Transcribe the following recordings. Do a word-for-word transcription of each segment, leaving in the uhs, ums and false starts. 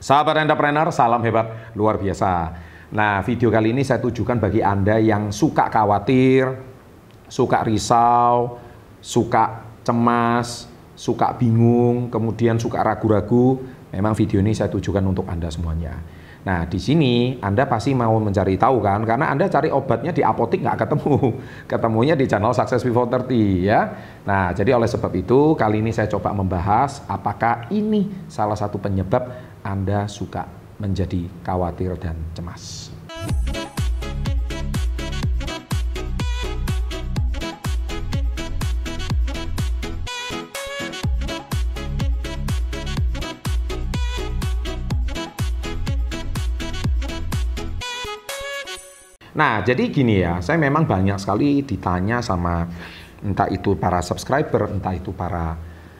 Sahabat entrepreneur, salam hebat luar biasa. Nah, video kali ini saya tujukan bagi Anda yang suka khawatir, suka risau, suka cemas, suka bingung, kemudian suka ragu-ragu. Memang video ini saya tujukan untuk Anda semuanya. Nah, di sini Anda pasti mau mencari tahu kan, karena Anda cari obatnya di apotik nggak ketemu. Ketemunya di channel Success Before tiga puluh ya. Nah, jadi oleh sebab itu kali ini saya coba membahas apakah ini salah satu penyebab Anda suka menjadi khawatir dan cemas. Nah, jadi gini ya, saya memang banyak sekali ditanya sama entah itu para subscriber, entah itu para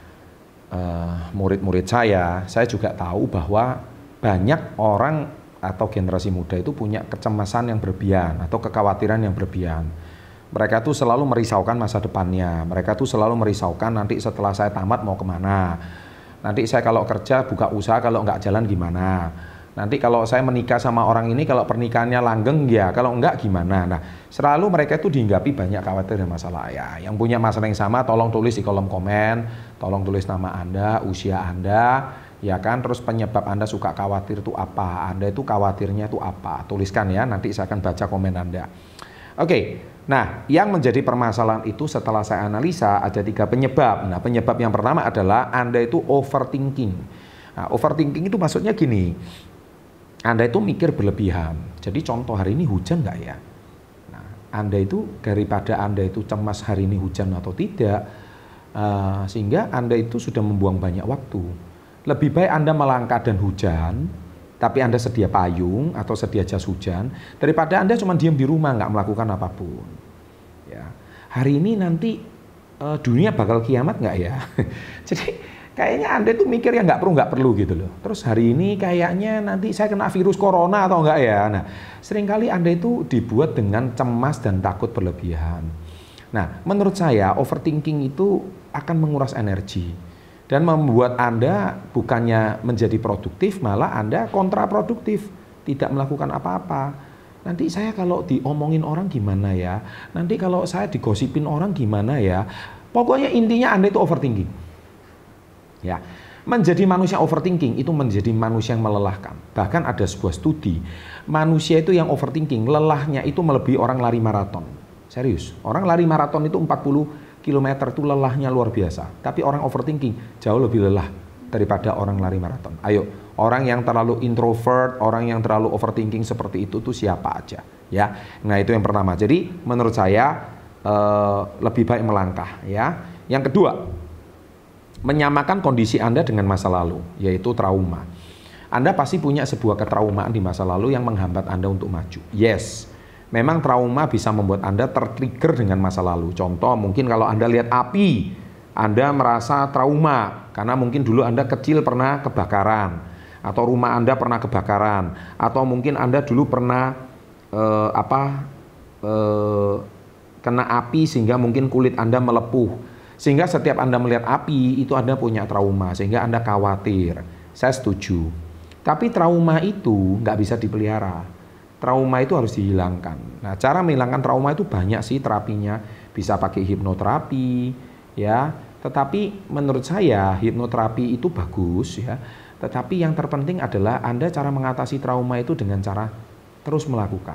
murid-murid uh, saya. Saya juga tahu bahwa banyak orang atau generasi muda itu punya kecemasan yang berlebihan atau kekhawatiran yang berlebihan. Mereka tuh selalu merisaukan masa depannya. Mereka tuh selalu merisaukan nanti setelah saya tamat mau kemana. Nanti saya kalau kerja buka usaha kalau nggak jalan gimana. Nanti kalau saya menikah sama orang ini, kalau pernikahannya langgeng ya, kalau enggak gimana. Nah, selalu mereka itu dihinggapi banyak khawatir dan masalah. Ya, yang punya masalah yang sama, tolong tulis di kolom komen, tolong tulis nama Anda, usia Anda, ya kan, terus penyebab Anda suka khawatir itu apa, Anda itu khawatirnya itu apa, tuliskan ya, nanti saya akan baca komen Anda. Oke, nah, yang menjadi permasalahan itu setelah saya analisa ada tiga penyebab. Nah, penyebab yang pertama adalah Anda itu overthinking. Nah, overthinking itu maksudnya gini, Anda itu mikir berlebihan. Jadi contoh hari ini hujan nggak ya? Nah, Anda itu daripada Anda itu cemas hari ini hujan atau tidak, uh, sehingga Anda itu sudah membuang banyak waktu. Lebih baik Anda melangkah dan hujan, tapi Anda sedia payung atau sedia jas hujan, daripada Anda cuma diam di rumah nggak melakukan apapun. Ya, hari ini nanti uh, dunia bakal kiamat nggak ya? Jadi kayaknya Anda itu mikir yang nggak perlu nggak perlu gitu loh. Terus hari ini kayaknya nanti saya kena virus corona atau enggak ya. Nah, seringkali Anda itu dibuat dengan cemas dan takut berlebihan. Nah, menurut saya overthinking itu akan menguras energi dan membuat Anda bukannya menjadi produktif, malah Anda kontraproduktif, tidak melakukan apa-apa. Nanti saya kalau diomongin orang gimana ya? Nanti kalau saya digosipin orang gimana ya? Pokoknya intinya Anda itu overthinking. Ya, menjadi manusia overthinking itu menjadi manusia yang melelahkan. Bahkan ada sebuah studi, manusia itu yang overthinking, lelahnya itu melebihi orang lari maraton. Serius, orang lari maraton itu empat puluh kilometer itu lelahnya luar biasa. Tapi orang overthinking jauh lebih lelah daripada orang lari maraton. Ayo, orang yang terlalu introvert, orang yang terlalu overthinking seperti itu tuh siapa aja, ya. Nah, itu yang pertama. Jadi menurut saya eh, lebih baik melangkah, ya. Yang kedua, menyamakan kondisi Anda dengan masa lalu, yaitu trauma. Anda pasti punya sebuah ketraumaan di masa lalu yang menghambat Anda untuk maju. Yes, memang trauma bisa membuat Anda tertrigger dengan masa lalu. Contoh, mungkin kalau Anda lihat api, Anda merasa trauma, karena mungkin dulu Anda kecil pernah kebakaran, atau rumah Anda pernah kebakaran, atau mungkin Anda dulu pernah eh, apa, eh, kena api sehingga mungkin kulit Anda melepuh. Sehingga setiap Anda melihat api, itu Anda punya trauma, sehingga Anda khawatir. Saya setuju. Tapi trauma itu nggak bisa dipelihara. Trauma itu harus dihilangkan. Nah, cara menghilangkan trauma itu banyak sih terapinya. Bisa pakai hipnoterapi, ya. Tetapi menurut saya hipnoterapi itu bagus, ya. Tetapi yang terpenting adalah Anda cara mengatasi trauma itu dengan cara terus melakukan.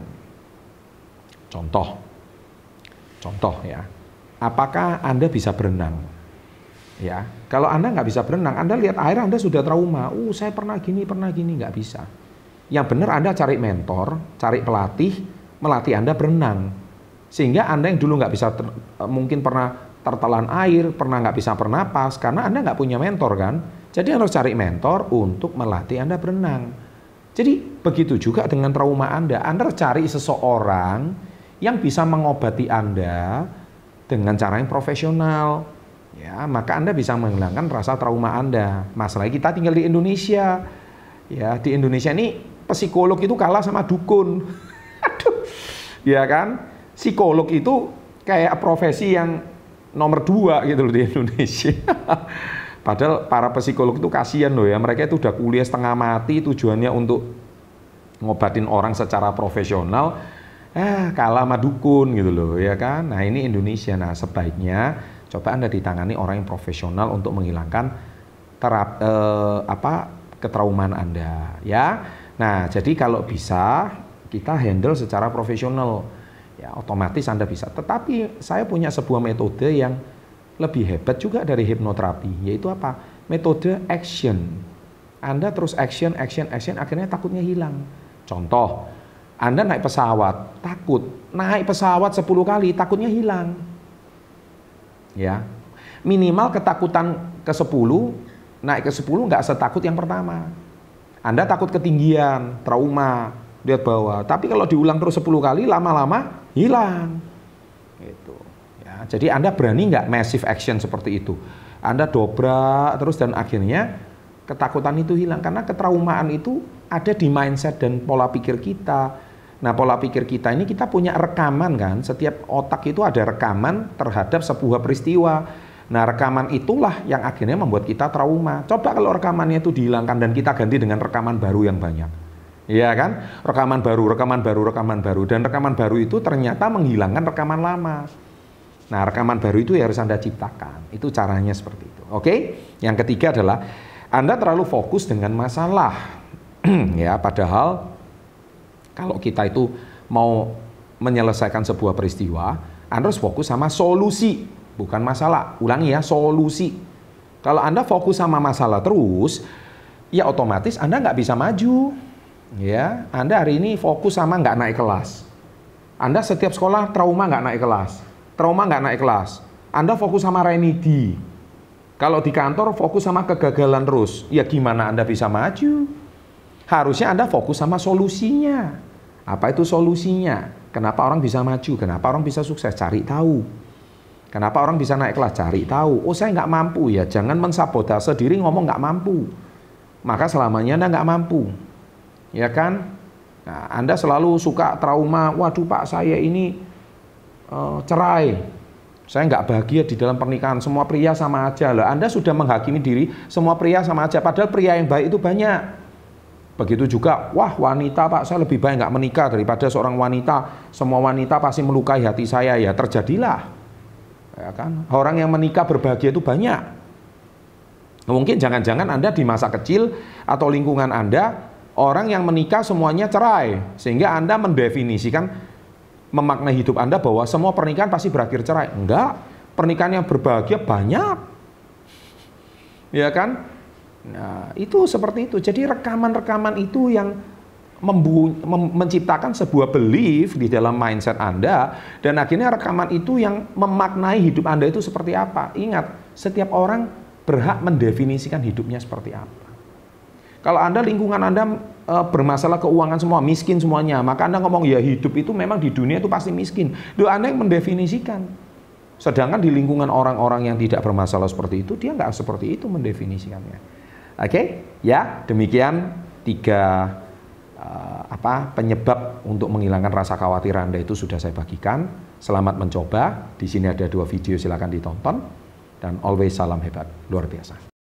Contoh, contoh ya. Apakah Anda bisa berenang? Ya, kalau Anda nggak bisa berenang, Anda lihat air Anda sudah trauma. Uh, saya pernah gini, pernah gini, nggak bisa. Yang benar Anda cari mentor, cari pelatih, melatih Anda berenang. Sehingga Anda yang dulu nggak bisa, ter, mungkin pernah tertelan air, pernah nggak bisa bernapas, karena Anda nggak punya mentor kan. Jadi harus cari mentor untuk melatih Anda berenang. Jadi begitu juga dengan trauma Anda. Anda cari seseorang yang bisa mengobati Anda dengan cara yang profesional, ya, maka Anda bisa menghilangkan rasa trauma Anda. Masalahnya kita tinggal di Indonesia, ya, di Indonesia ini psikolog itu kalah sama dukun. Aduh, ya kan, psikolog itu kayak profesi yang nomor dua gitu loh di Indonesia. Padahal para psikolog itu kasihan loh ya, mereka itu udah kuliah setengah mati tujuannya untuk ngobatin orang secara profesional, eh kalah sama dukun gitu loh ya kan. Nah ini Indonesia, nah sebaiknya coba Anda ditangani orang yang profesional untuk menghilangkan terap, eh, apa ketraumaan Anda ya. Nah jadi kalau bisa kita handle secara profesional ya otomatis Anda bisa. Tetapi saya punya sebuah metode yang lebih hebat juga dari hipnoterapi, yaitu apa? Metode action. Anda terus action, action, action, akhirnya takutnya hilang. Contoh, Anda naik pesawat, takut. Naik pesawat sepuluh kali, takutnya hilang. Ya, minimal ketakutan ke sepuluh, naik ke sepuluh nggak setakut yang pertama. Anda takut ketinggian, trauma, lihat bawah. Tapi kalau diulang terus sepuluh kali, lama-lama hilang. Gitu. Jadi Anda berani nggak massive action seperti itu? Anda dobrak terus dan akhirnya ketakutan itu hilang. Karena ketraumaan itu ada di mindset dan pola pikir kita. Nah pola pikir kita ini kita punya rekaman kan. Setiap otak itu ada rekaman terhadap sebuah peristiwa. Nah rekaman itulah yang akhirnya membuat kita trauma. Coba kalau rekamannya itu dihilangkan dan kita ganti dengan rekaman baru yang banyak. Iya kan? Rekaman baru, rekaman baru, rekaman baru. Dan rekaman baru itu ternyata menghilangkan rekaman lama. Nah, rekaman baru itu ya harus Anda ciptakan. Itu caranya seperti itu. Oke? Yang ketiga adalah Anda terlalu fokus dengan masalah. Ya, padahal kalau kita itu mau menyelesaikan sebuah peristiwa, Anda harus fokus sama solusi, bukan masalah. Ulangi ya, solusi. Kalau Anda fokus sama masalah terus, ya otomatis Anda nggak bisa maju. Ya, Anda hari ini fokus sama nggak naik kelas. Anda setiap sekolah trauma nggak naik kelas. Trauma nggak naik kelas. Anda fokus sama remedi. Kalau di kantor fokus sama kegagalan terus. Ya gimana Anda bisa maju? Harusnya Anda fokus sama solusinya. Apa itu solusinya? Kenapa orang bisa maju? Kenapa orang bisa sukses? Cari tahu. Kenapa orang bisa naik kelas? Cari tahu. Oh saya nggak mampu ya. Jangan mensabotase diri ngomong nggak mampu. Maka selamanya Anda nggak mampu. Ya kan? Nah, Anda selalu suka trauma. Waduh Pak saya ini Uh, cerai, saya nggak bahagia di dalam pernikahan, semua pria sama aja lah. Anda sudah menghakimi diri semua pria sama aja, padahal pria yang baik itu banyak. Begitu juga, wah wanita Pak saya lebih baik nggak menikah daripada seorang wanita, semua wanita pasti melukai hati saya. Ya terjadilah, ya kan? Orang yang menikah berbahagia itu banyak. Mungkin jangan-jangan Anda di masa kecil atau lingkungan Anda orang yang menikah semuanya cerai, sehingga Anda mendefinisikan, memaknai hidup Anda bahwa semua pernikahan pasti berakhir cerai. Enggak, pernikahan yang berbahagia banyak. Ya kan? Nah, itu seperti itu. Jadi rekaman-rekaman itu yang menciptakan sebuah belief di dalam mindset Anda, dan akhirnya rekaman itu yang memaknai hidup Anda itu seperti apa. Ingat, setiap orang berhak mendefinisikan hidupnya seperti apa. Kalau Anda lingkungan Anda e, bermasalah keuangan semua, miskin semuanya, maka Anda ngomong ya hidup itu memang di dunia itu pasti miskin. Itu Anda yang mendefinisikan. Sedangkan di lingkungan orang-orang yang tidak bermasalah seperti itu, dia nggak seperti itu mendefinisikannya. Oke, okay? Ya demikian tiga e, apa penyebab untuk menghilangkan rasa khawatir Anda itu sudah saya bagikan. Selamat mencoba. Di sini ada dua video, silakan ditonton. Dan always salam hebat, luar biasa.